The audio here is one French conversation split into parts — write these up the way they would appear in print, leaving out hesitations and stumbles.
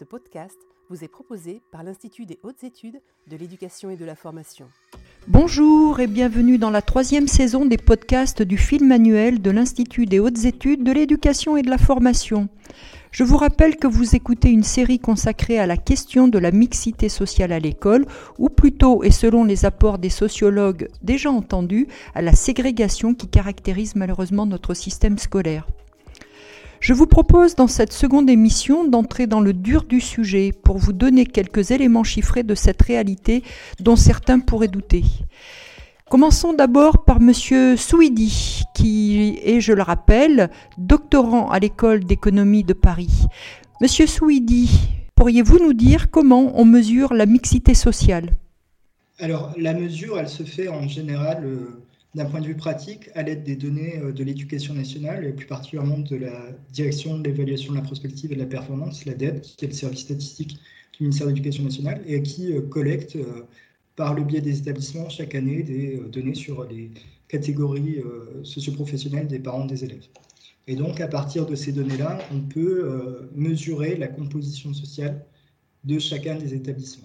Ce podcast vous est proposé par l'Institut des hautes études de l'éducation et de la formation. Bonjour et bienvenue dans la 3e saison des podcasts du film annuel de l'Institut des hautes études de l'éducation et de la formation. Je vous rappelle que vous écoutez une série consacrée à la question de la mixité sociale à l'école, ou plutôt, et selon les apports des sociologues déjà entendus, à la ségrégation qui caractérise malheureusement notre système scolaire. Je vous propose dans cette seconde émission d'entrer dans le dur du sujet pour vous donner quelques éléments chiffrés de cette réalité dont certains pourraient douter. Commençons d'abord par M. Souidi, qui est, je le rappelle, doctorant à l'École d'économie de Paris. Monsieur Souidi, pourriez-vous nous dire comment on mesure la mixité sociale ? Alors, la mesure, elle se fait en général d'un point de vue pratique à l'aide des données de l'Éducation nationale et plus particulièrement de la Direction de l'évaluation de la prospective et de la performance, la DEP, qui est le service statistique du ministère de l'Éducation nationale et qui collecte par le biais des établissements chaque année des données sur les catégories socioprofessionnelles des parents des élèves. Et donc, à partir de ces données-là, on peut mesurer la composition sociale de chacun des établissements.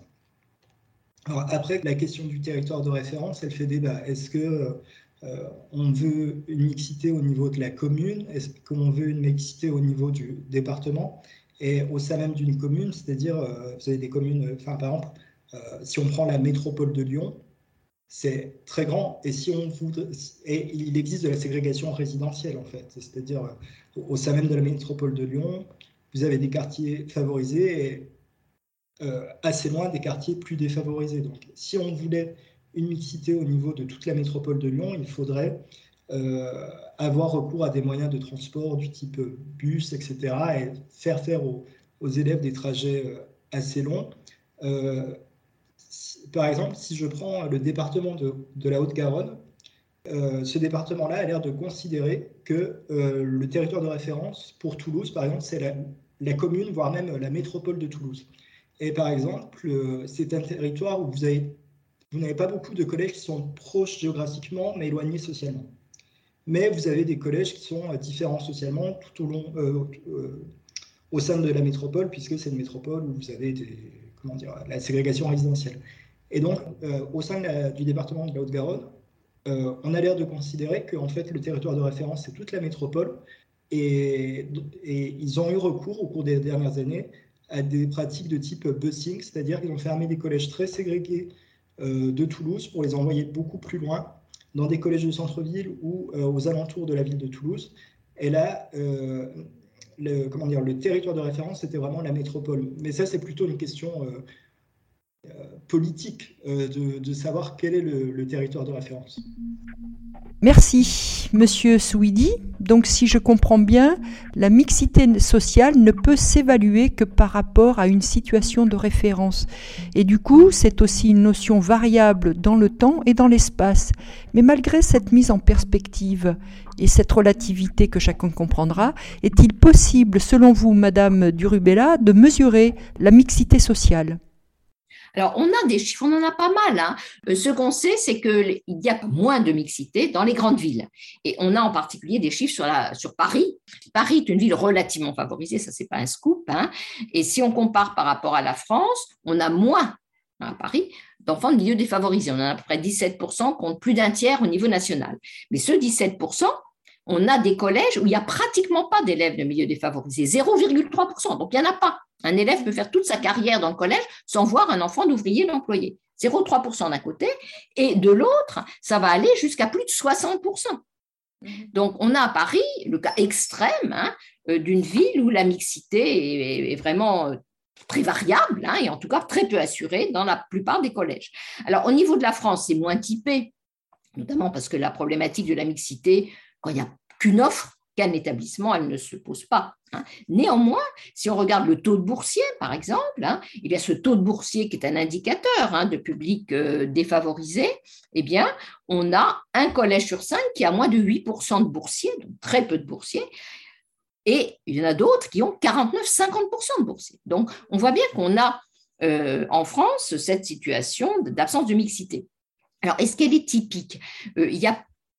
Alors après, la question du territoire de référence, elle fait débat. Est-ce que on veut une mixité au niveau de la commune? Est-ce qu'on veut une mixité au niveau du département? Et au sein même d'une commune, c'est-à-dire, vous avez des communes, par exemple, si on prend la métropole de Lyon, c'est très grand. Et si on voudrait, et il existe de la ségrégation résidentielle en fait, c'est-à-dire au sein même de la métropole de Lyon, vous avez des quartiers favorisés et assez loin des quartiers plus défavorisés. Donc, si on voulait une mixité au niveau de toute la métropole de Lyon, il faudrait avoir recours à des moyens de transport du type bus, etc., et faire aux élèves des trajets assez longs. Par exemple, si je prends le département de la Haute-Garonne, ce département-là a l'air de considérer que le territoire de référence pour Toulouse, par exemple, c'est la commune, voire même la métropole de Toulouse. Et par exemple, c'est un territoire où vous n'avez pas beaucoup de collèges qui sont proches géographiquement, mais éloignés socialement. Mais vous avez des collèges qui sont différents socialement tout au long, au sein de la métropole, puisque c'est une métropole où vous avez la ségrégation résidentielle. Et donc, au sein du département de la Haute-Garonne, on a l'air de considérer que en fait, le territoire de référence, c'est toute la métropole. Et ils ont eu recours au cours des dernières années à des pratiques de type busing, c'est-à-dire qu'ils ont fermé des collèges très ségrégés de Toulouse pour les envoyer beaucoup plus loin, dans des collèges de centre-ville ou aux alentours de la ville de Toulouse. Et là, le territoire de référence, c'était vraiment la métropole. Mais ça, c'est plutôt une question politique de savoir quel est le territoire de référence. Merci, Monsieur Souidi. Donc, si je comprends bien, la mixité sociale ne peut s'évaluer que par rapport à une situation de référence. Et du coup, c'est aussi une notion variable dans le temps et dans l'espace. Mais malgré cette mise en perspective et cette relativité que chacun comprendra, est-il possible, selon vous, Madame Durubella, de mesurer la mixité sociale ? Alors, on a des chiffres, on en a pas mal. Ce qu'on sait, c'est qu'il y a moins de mixité dans les grandes villes. Et on a en particulier des chiffres sur Paris. Paris est une ville relativement favorisée, ça, c'est pas un scoop. Et si on compare par rapport à la France, on a moins à Paris d'enfants de milieux défavorisés. On en a à peu près 17% contre plus d'un tiers au niveau national. Mais ce 17%, on a des collèges où il n'y a pratiquement pas d'élèves de milieux défavorisés, 0,3%. Donc, il n'y en a pas. Un élève peut faire toute sa carrière dans le collège sans voir un enfant d'ouvrier d'employé. 0,3% d'un côté, et de l'autre, ça va aller jusqu'à plus de 60%. Donc, on a à Paris le cas extrême d'une ville où la mixité est vraiment très variable, et en tout cas très peu assurée dans la plupart des collèges. Alors, au niveau de la France, c'est moins typé, notamment parce que la problématique de la mixité, quand il n'y a qu'une offre, qu'un établissement, elle ne se pose pas. Néanmoins, si on regarde le taux de boursiers, par exemple, il y a ce taux de boursiers qui est un indicateur de public défavorisé, eh bien, on a un collège sur 5 qui a moins de 8% de boursiers, donc très peu de boursiers, et il y en a d'autres qui ont 49-50% de boursiers. Donc, on voit bien qu'on a en France cette situation d'absence de mixité. Alors, est-ce qu'elle est typique ? Il y a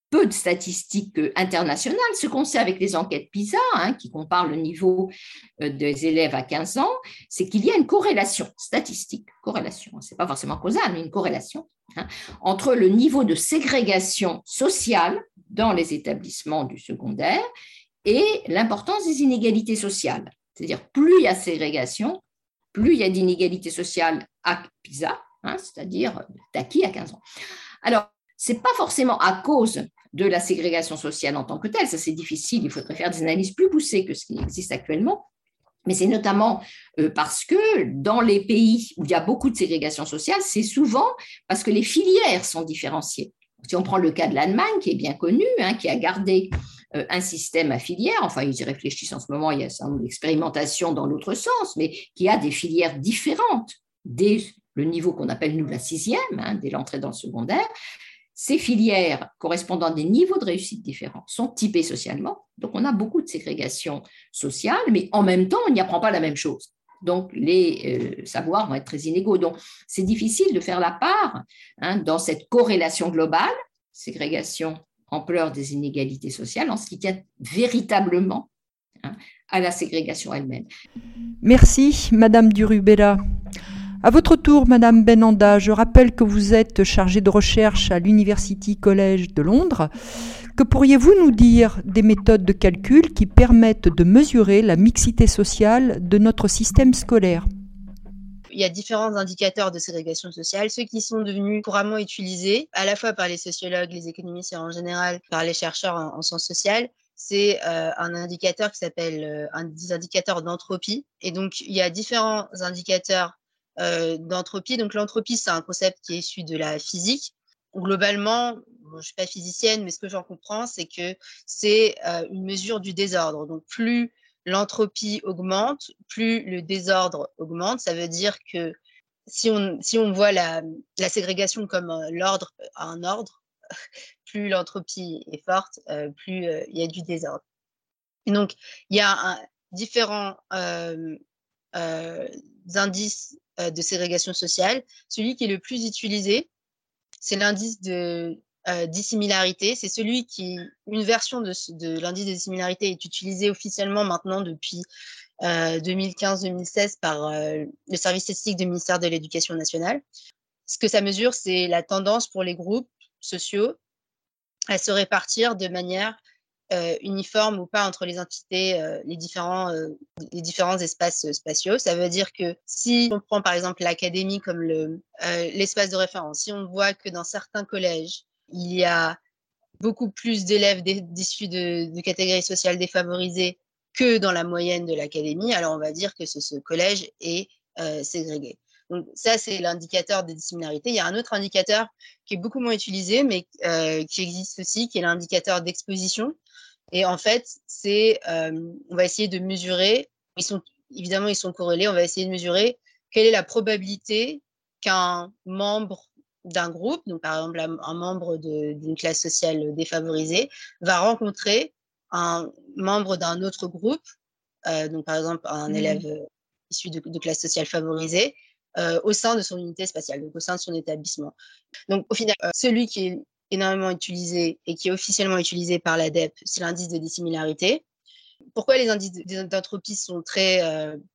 peu de statistiques internationales. Ce qu'on sait avec les enquêtes PISA, qui comparent le niveau des élèves à 15 ans, c'est qu'il y a une corrélation statistique, ce n'est pas forcément causal, mais une corrélation entre le niveau de ségrégation sociale dans les établissements du secondaire et l'importance des inégalités sociales. C'est-à-dire, plus il y a ségrégation, plus il y a d'inégalités sociales à PISA, c'est-à-dire d'acquis à 15 ans. Alors, ce n'est pas forcément à cause de la ségrégation sociale en tant que telle, ça c'est difficile, il faudrait faire des analyses plus poussées que ce qui existe actuellement, mais c'est notamment parce que dans les pays où il y a beaucoup de ségrégation sociale, c'est souvent parce que les filières sont différenciées. Si on prend le cas de l'Allemagne, qui est bien connu, qui a gardé un système à filières, enfin ils y réfléchissent en ce moment, il y a une expérimentation dans l'autre sens, mais qui a des filières différentes dès le niveau qu'on appelle nous la 6e, dès l'entrée dans le secondaire. Ces filières correspondant à des niveaux de réussite différents sont typées socialement, donc on a beaucoup de ségrégation sociale, mais en même temps on n'y apprend pas la même chose. Donc les savoirs vont être très inégaux. Donc c'est difficile de faire la part dans cette corrélation globale, ségrégation, ampleur des inégalités sociales, en ce qui tient véritablement à la ségrégation elle-même. Merci, Madame Durubela. À votre tour, Madame Benanda, je rappelle que vous êtes chargée de recherche à l'University College de Londres. Que pourriez-vous nous dire des méthodes de calcul qui permettent de mesurer la mixité sociale de notre système scolaire ? Il y a différents indicateurs de ségrégation sociale, ceux qui sont devenus couramment utilisés, à la fois par les sociologues, les économistes et en général par les chercheurs en sciences sociales. C'est un indicateur qui s'appelle des indicateurs d'entropie. Et donc, il y a différents indicateurs d'entropie. Donc, l'entropie, c'est un concept qui est issu de la physique. Globalement, je ne suis pas physicienne, mais ce que j'en comprends, c'est que c'est une mesure du désordre. Donc, plus l'entropie augmente, plus le désordre augmente. Ça veut dire que si on voit la ségrégation comme l'ordre à un ordre, plus l'entropie est forte, plus il y a du désordre. Et donc, il y a différents indices de ségrégation sociale. Celui qui est le plus utilisé, c'est l'indice de dissimilarité. C'est une version de l'indice de dissimilarité est utilisée officiellement maintenant depuis 2015-2016 par le service statistique du ministère de l'Éducation nationale. Ce que ça mesure, c'est la tendance pour les groupes sociaux à se répartir de manière uniforme ou pas entre les entités, les différents espaces spatiaux. Ça veut dire que si on prend par exemple l'académie comme l'espace de référence, si on voit que dans certains collèges, il y a beaucoup plus d'élèves issus de catégories sociales défavorisées que dans la moyenne de l'académie, alors on va dire que ce collège est ségrégué. Donc ça, c'est l'indicateur de dissimilarité. Il y a un autre indicateur qui est beaucoup moins utilisé, mais qui existe aussi, qui est l'indicateur d'exposition. Et en fait, on va essayer de mesurer, ils sont corrélés, on va essayer de mesurer quelle est la probabilité qu'un membre d'un groupe, donc par exemple un membre d'une classe sociale défavorisée, va rencontrer un membre d'un autre groupe, donc par exemple un élève issu de classe sociale favorisée, au sein de son unité spatiale, donc au sein de son établissement. Donc au final, celui qui est énormément utilisé et qui est officiellement utilisé par l'ADEP, c'est l'indice de dissimilarité. Pourquoi les indices d'entropie sont très populaires ?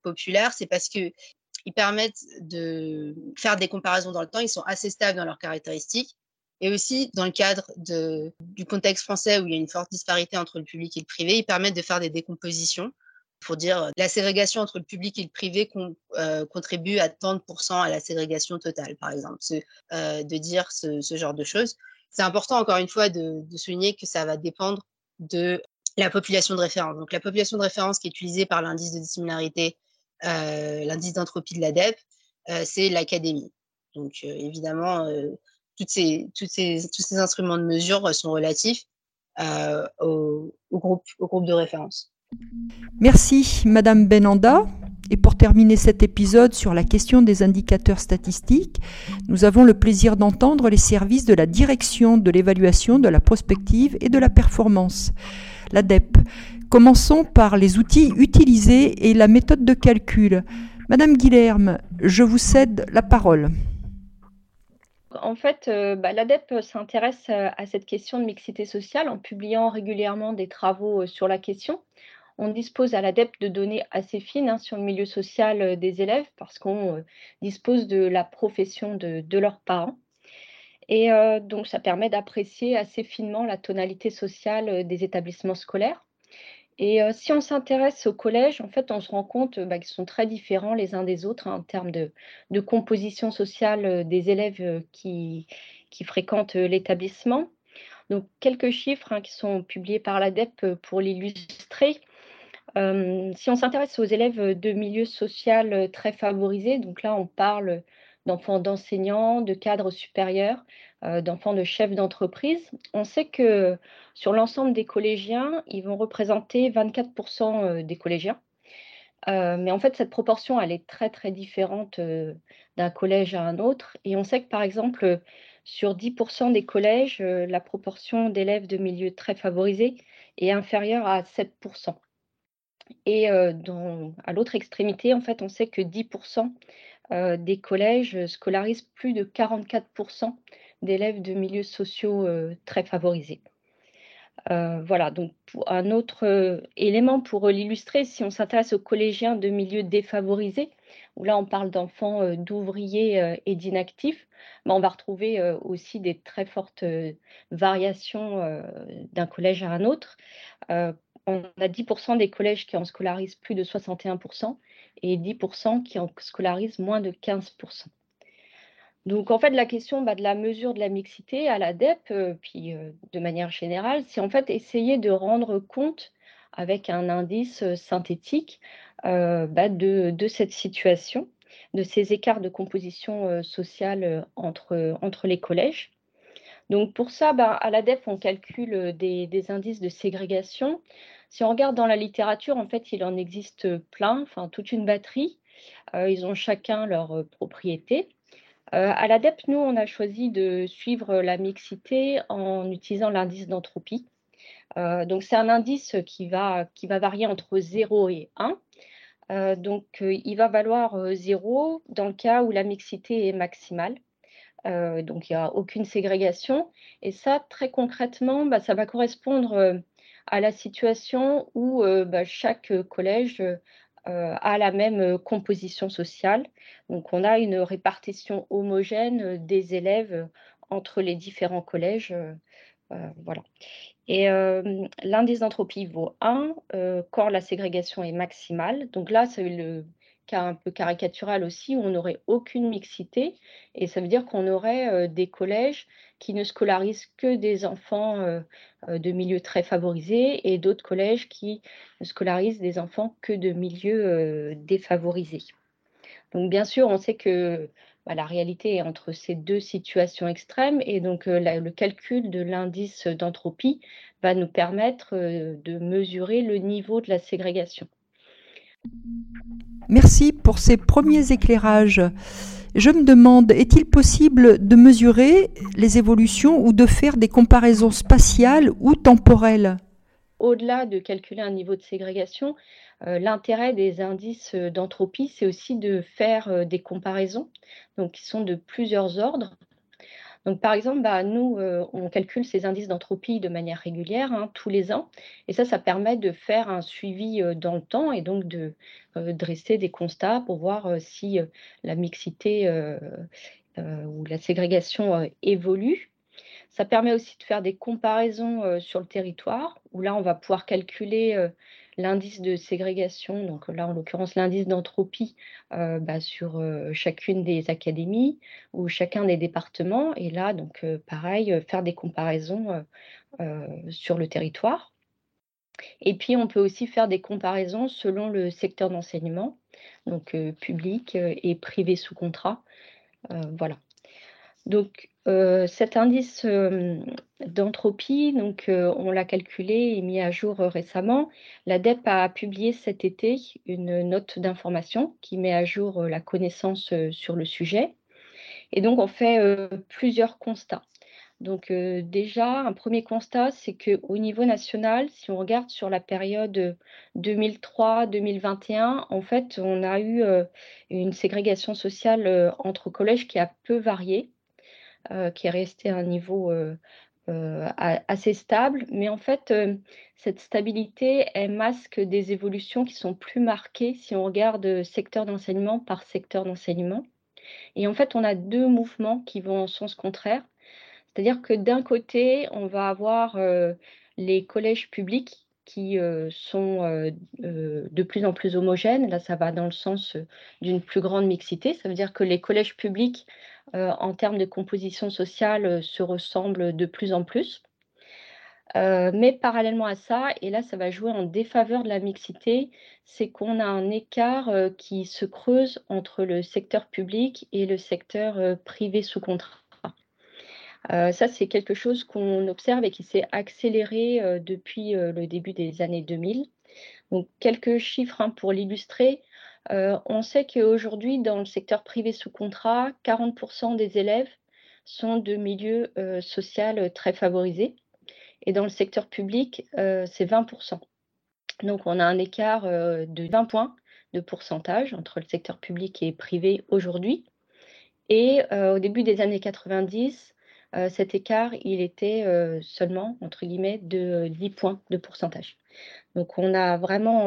C'est parce qu'ils permettent de faire des comparaisons dans le temps, ils sont assez stables dans leurs caractéristiques. Et aussi, dans le cadre du contexte français où il y a une forte disparité entre le public et le privé, ils permettent de faire des décompositions pour dire la ségrégation entre le public et le privé contribue à tant de pourcents à la ségrégation totale, par exemple. De dire ce genre de choses. C'est important, encore une fois, de souligner que ça va dépendre de la population de référence. Donc, la population de référence qui est utilisée par l'indice de dissimilarité, l'indice d'entropie de l'ADEP, c'est l'académie. Donc, évidemment, tous ces instruments de mesure sont relatifs au groupe de référence. Merci, Madame Benanda. Et pour terminer cet épisode sur la question des indicateurs statistiques, nous avons le plaisir d'entendre les services de la Direction de l'évaluation de la prospective et de la performance, l'ADEP. Commençons par les outils utilisés et la méthode de calcul. Madame Guilherme, je vous cède la parole. En fait, l'ADEPE s'intéresse à cette question de mixité sociale en publiant régulièrement des travaux sur la question. On dispose à l'ADEPE de données assez fines sur le milieu social des élèves parce qu'on dispose de la profession de leurs parents. Et donc, ça permet d'apprécier assez finement la tonalité sociale des établissements scolaires. Et si on s'intéresse au collège, en fait, on se rend compte qu'ils sont très différents les uns des autres en termes de composition sociale des élèves qui fréquentent l'établissement. Donc, quelques chiffres qui sont publiés par l'ADEPE pour l'illustrer. Si on s'intéresse aux élèves de milieu social très favorisés, donc là, on parle d'enfants d'enseignants, de cadres supérieurs, d'enfants de chefs d'entreprise. On sait que sur l'ensemble des collégiens, ils vont représenter 24% des collégiens. Mais en fait, cette proportion, elle est très, très différente d'un collège à un autre. Et on sait que, par exemple, sur 10% des collèges, la proportion d'élèves de milieux très favorisés est inférieure à 7%. Et à l'autre extrémité, en fait, on sait que 10% des collèges scolarisent plus de 44% d'élèves de milieux sociaux très favorisés. Voilà, donc un autre élément pour l'illustrer, si on s'intéresse aux collégiens de milieux défavorisés, où là on parle d'enfants d'ouvriers et d'inactifs, on va retrouver aussi des très fortes variations d'un collège à un autre. On a 10% des collèges qui en scolarisent plus de 61% et 10% qui en scolarisent moins de 15%. Donc en fait, la question de la mesure de la mixité à l'ADEPE, puis de manière générale, c'est en fait essayer de rendre compte avec un indice synthétique de cette situation, de ces écarts de composition sociale entre les collèges. Donc pour ça, à l'ADEPE, on calcule des indices de ségrégation. Si on regarde dans la littérature, en fait, il en existe plein, enfin toute une batterie. Ils ont chacun leurs propriétés. À l'ADEPE, nous, on a choisi de suivre la mixité en utilisant l'indice d'entropie. Donc c'est un indice qui va varier entre 0 et 1. Il va valoir 0 dans le cas où la mixité est maximale. Donc il n'y a aucune ségrégation. Et ça, très concrètement, ça va correspondre à la situation où chaque collège a la même composition sociale. Donc on a une répartition homogène des élèves entre les différents collèges. Voilà. Et l'indice d'entropie vaut 1 quand la ségrégation est maximale. Donc là, c'est le cas un peu caricatural aussi, où on n'aurait aucune mixité. Et ça veut dire qu'on aurait des collèges qui ne scolarisent que des enfants de milieux très favorisés et d'autres collèges qui ne scolarisent des enfants que de milieux défavorisés. Donc bien sûr, on sait que la réalité est entre ces deux situations extrêmes et donc le calcul de l'indice d'entropie va nous permettre de mesurer le niveau de la ségrégation. Merci pour ces premiers éclairages. Je me demande, est-il possible de mesurer les évolutions ou de faire des comparaisons spatiales ou temporelles ? Au-delà de calculer un niveau de ségrégation, l'intérêt des indices d'entropie, c'est aussi de faire des comparaisons, donc qui sont de plusieurs ordres. Donc, par exemple, nous, on calcule ces indices d'entropie de manière régulière, tous les ans. Et ça permet de faire un suivi dans le temps et donc de dresser des constats pour voir si la mixité ou la ségrégation évolue. Ça permet aussi de faire des comparaisons sur le territoire, où là, on va pouvoir calculer l'indice de ségrégation, donc là, en l'occurrence, l'indice d'entropie sur chacune des académies ou chacun des départements. Et là, donc, pareil, faire des comparaisons sur le territoire. Et puis, on peut aussi faire des comparaisons selon le secteur d'enseignement, donc public et privé sous contrat. Voilà. Donc, cet indice d'entropie, on l'a calculé et mis à jour récemment. L'ADEPE a publié cet été une note d'information qui met à jour la connaissance sur le sujet. Et donc, on fait plusieurs constats. Donc, déjà, un premier constat, c'est qu'au niveau national, si on regarde sur la période 2003-2021, en fait, on a eu une ségrégation sociale entre collèges qui a peu varié. qui est resté à un niveau assez stable. Mais en fait, cette stabilité, elle masque des évolutions qui sont plus marquées si on regarde secteur d'enseignement par secteur d'enseignement. Et en fait, on a 2 mouvements qui vont en sens contraire. C'est-à-dire que d'un côté, on va avoir, les collèges publics qui, sont, de plus en plus homogènes. Là, ça va dans le sens, d'une plus grande mixité. Ça veut dire que les collèges publics, en termes de composition sociale, se ressemblent de plus en plus. Mais parallèlement à ça, et là, ça va jouer en défaveur de la mixité, c'est qu'on a un écart, qui se creuse entre le secteur public et le secteur, privé sous contrat. Ça, c'est quelque chose qu'on observe et qui s'est accéléré, depuis, le début des années 2000. Donc quelques chiffres, hein, pour l'illustrer. On sait qu'aujourd'hui, dans le secteur privé sous contrat, 40 des élèves sont de milieux, social, très favorisés et dans le secteur public, c'est 20. Donc on a un écart, de 20 points de pourcentage entre le secteur public et privé aujourd'hui. Et au début des années 90, cet écart, il était, seulement entre guillemets de 10 points de pourcentage. Donc on a vraiment,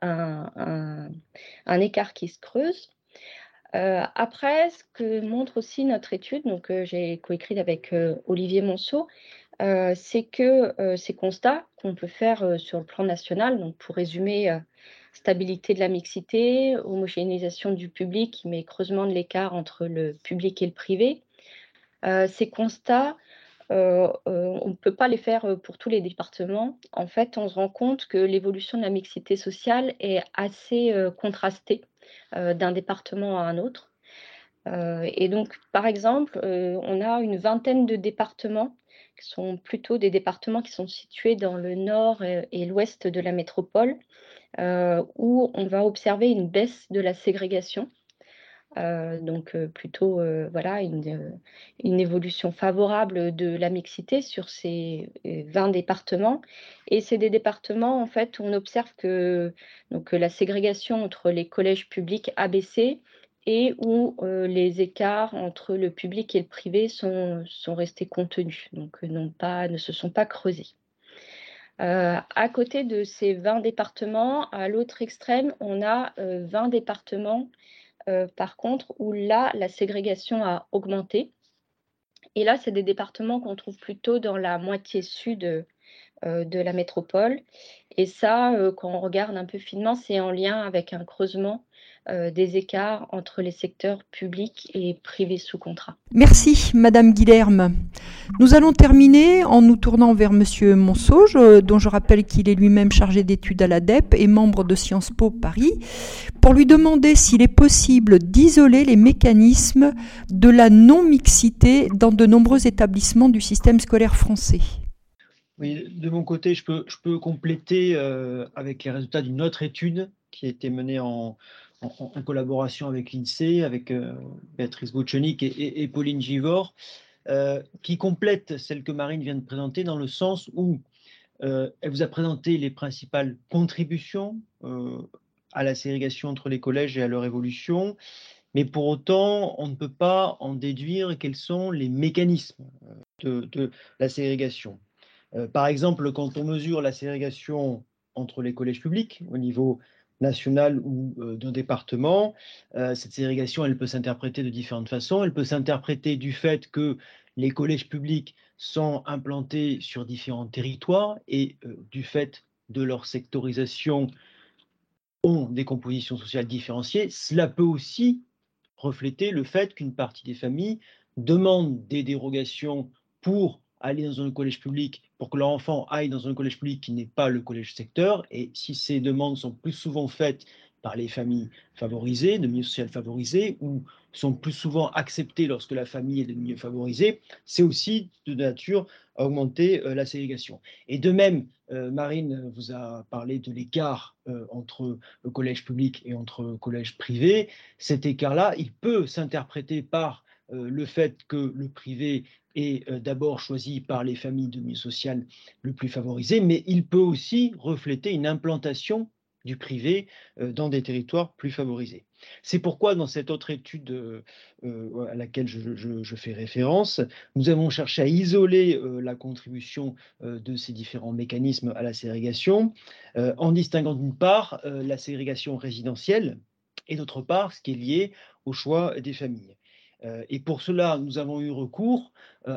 un écart qui se creuse. Après, ce que montre aussi notre étude, donc j'ai coécrit avec, Olivier Monceau, c'est que, ces constats qu'on peut faire, sur le plan national, donc pour résumer, stabilité de la mixité, homogénéisation du public, mais creusement de l'écart entre le public et le privé. Ces constats, on ne peut pas les faire, pour tous les départements. En fait, on se rend compte que l'évolution de la mixité sociale est assez, contrastée, d'un département à un autre. Et donc, par exemple, on a une vingtaine de départements qui sont plutôt des départements qui sont situés dans le nord, et l'ouest de la métropole, où on va observer une baisse de la ségrégation. Donc, plutôt, voilà, une évolution favorable de la mixité sur ces, 20 départements. Et c'est des départements, en fait, où on observe que donc, la ségrégation entre les collèges publics a baissé et où, les écarts entre le public et le privé sont restés contenus, donc, ne se sont pas creusés. À côté de ces 20 départements, à l'autre extrême, on a, 20 départements, par contre, où là, la ségrégation a augmenté. Et là, c'est des départements qu'on trouve plutôt dans la moitié sud, de la métropole. Et ça, quand on regarde un peu finement, c'est en lien avec un creusement, des écarts entre les secteurs publics et privés sous contrat. Merci, Madame Guilherme. Nous allons terminer en nous tournant vers Monsieur Monceau, dont je rappelle qu'il est lui-même chargé d'études à l'ADEP et membre de Sciences Po Paris, pour lui demander s'il est possible d'isoler les mécanismes de la non-mixité dans de nombreux établissements du système scolaire français. Oui, de mon côté, je peux compléter avec les résultats d'une autre étude qui a été menée en collaboration avec l'INSEE, avec Béatrice Bouchenik et Pauline Givor, qui complète celle que Marine vient de présenter dans le sens où elle vous a présenté les principales contributions à la ségrégation entre les collèges et à leur évolution, mais pour autant, on ne peut pas en déduire quels sont les mécanismes de la ségrégation. Par exemple, quand on mesure la ségrégation entre les collèges publics au niveau national ou d'un département, cette ségrégation, elle peut s'interpréter de différentes façons. Elle peut s'interpréter du fait que les collèges publics sont implantés sur différents territoires et du fait de leur sectorisation ont des compositions sociales différenciées. Cela peut aussi refléter le fait qu'une partie des familles demandent des dérogations pour aller dans un collège public, pour que leur enfant aille dans un collège public qui n'est pas le collège secteur. Et si ces demandes sont plus souvent faites par les familles favorisées, de milieux sociaux favorisés, ou sont plus souvent acceptées lorsque la famille est de milieu favorisé, c'est aussi de nature à augmenter la ségrégation. Et de même, Marine vous a parlé de l'écart entre le collège public et entre collège privé. Cet écart-là, il peut s'interpréter par le fait que le privé est d'abord choisi par les familles de milieu social le plus favorisé, mais il peut aussi refléter une implantation du privé dans des territoires plus favorisés. C'est pourquoi dans cette autre étude à laquelle je fais référence, nous avons cherché à isoler la contribution de ces différents mécanismes à la ségrégation en distinguant d'une part la ségrégation résidentielle et d'autre part ce qui est lié au choix des familles. Et pour cela, nous avons eu recours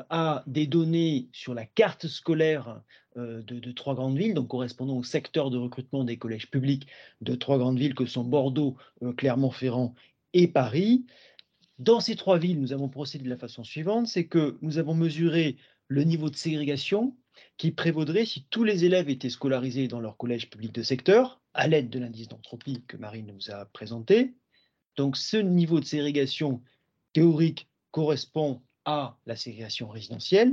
à des données sur la carte scolaire de 3 grandes villes, donc correspondant au secteur de recrutement des collèges publics de 3 grandes villes que sont Bordeaux, Clermont-Ferrand et Paris. Dans ces 3 villes, nous avons procédé de la façon suivante, c'est que nous avons mesuré le niveau de ségrégation qui prévaudrait si tous les élèves étaient scolarisés dans leur collège public de secteur, à l'aide de l'indice d'entropie que Marine nous a présenté. Donc ce niveau de ségrégation théorique correspond à la ségrégation résidentielle.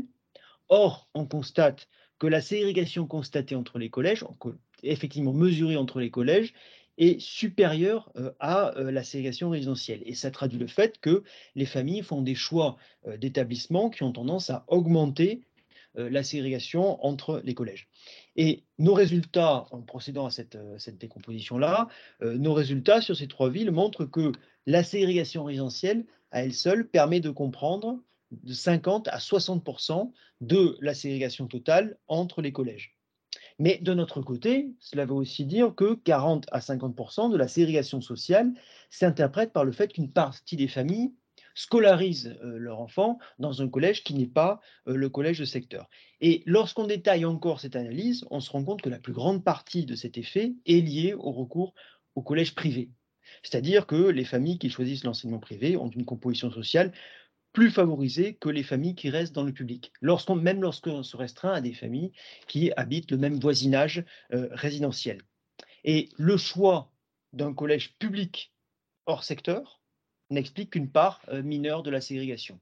Or, on constate que la ségrégation constatée entre les collèges, effectivement mesurée entre les collèges, est supérieure à la ségrégation résidentielle. Et ça traduit le fait que les familles font des choix d'établissements qui ont tendance à augmenter la ségrégation entre les collèges. Et nos résultats, en procédant à cette décomposition-là, nos résultats sur ces 3 villes montrent que la ségrégation résidentielle, à elle seule, permet de comprendre de 50 à 60% de la ségrégation totale entre les collèges. Mais de notre côté, cela veut aussi dire que 40 à 50% de la ségrégation sociale s'interprète par le fait qu'une partie des familles scolarisent leurs enfants dans un collège qui n'est pas le collège de secteur. Et lorsqu'on détaille encore cette analyse, on se rend compte que la plus grande partie de cet effet est liée au recours au collège privé. C'est-à-dire que les familles qui choisissent l'enseignement privé ont une composition sociale plus favorisée que les familles qui restent dans le public, même lorsqu'on se restreint à des familles qui habitent le même voisinage résidentiel. Et le choix d'un collège public hors secteur n'explique qu'une part mineure de la ségrégation.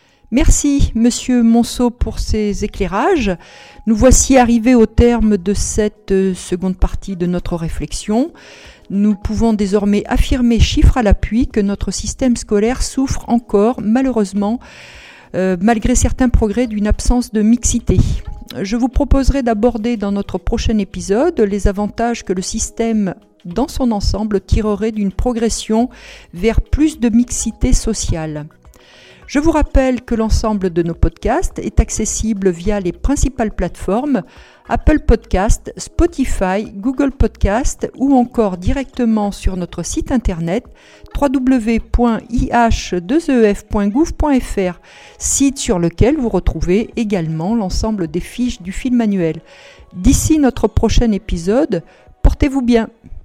Merci, Monsieur Monceau, pour ces éclairages. Nous voici arrivés au terme de cette seconde partie de notre réflexion. Nous pouvons désormais affirmer, chiffre à l'appui, que notre système scolaire souffre encore, malheureusement, malgré certains progrès, d'une absence de mixité. Je vous proposerai d'aborder dans notre prochain épisode les avantages que le système dans son ensemble tirerait d'une progression vers plus de mixité sociale. Je vous rappelle que l'ensemble de nos podcasts est accessible via les principales plateformes Apple Podcast, Spotify, Google Podcast ou encore directement sur notre site internet www.ih2ef.gouv.fr, site sur lequel vous retrouvez également l'ensemble des fiches du film annuel. D'ici notre prochain épisode, portez-vous bien.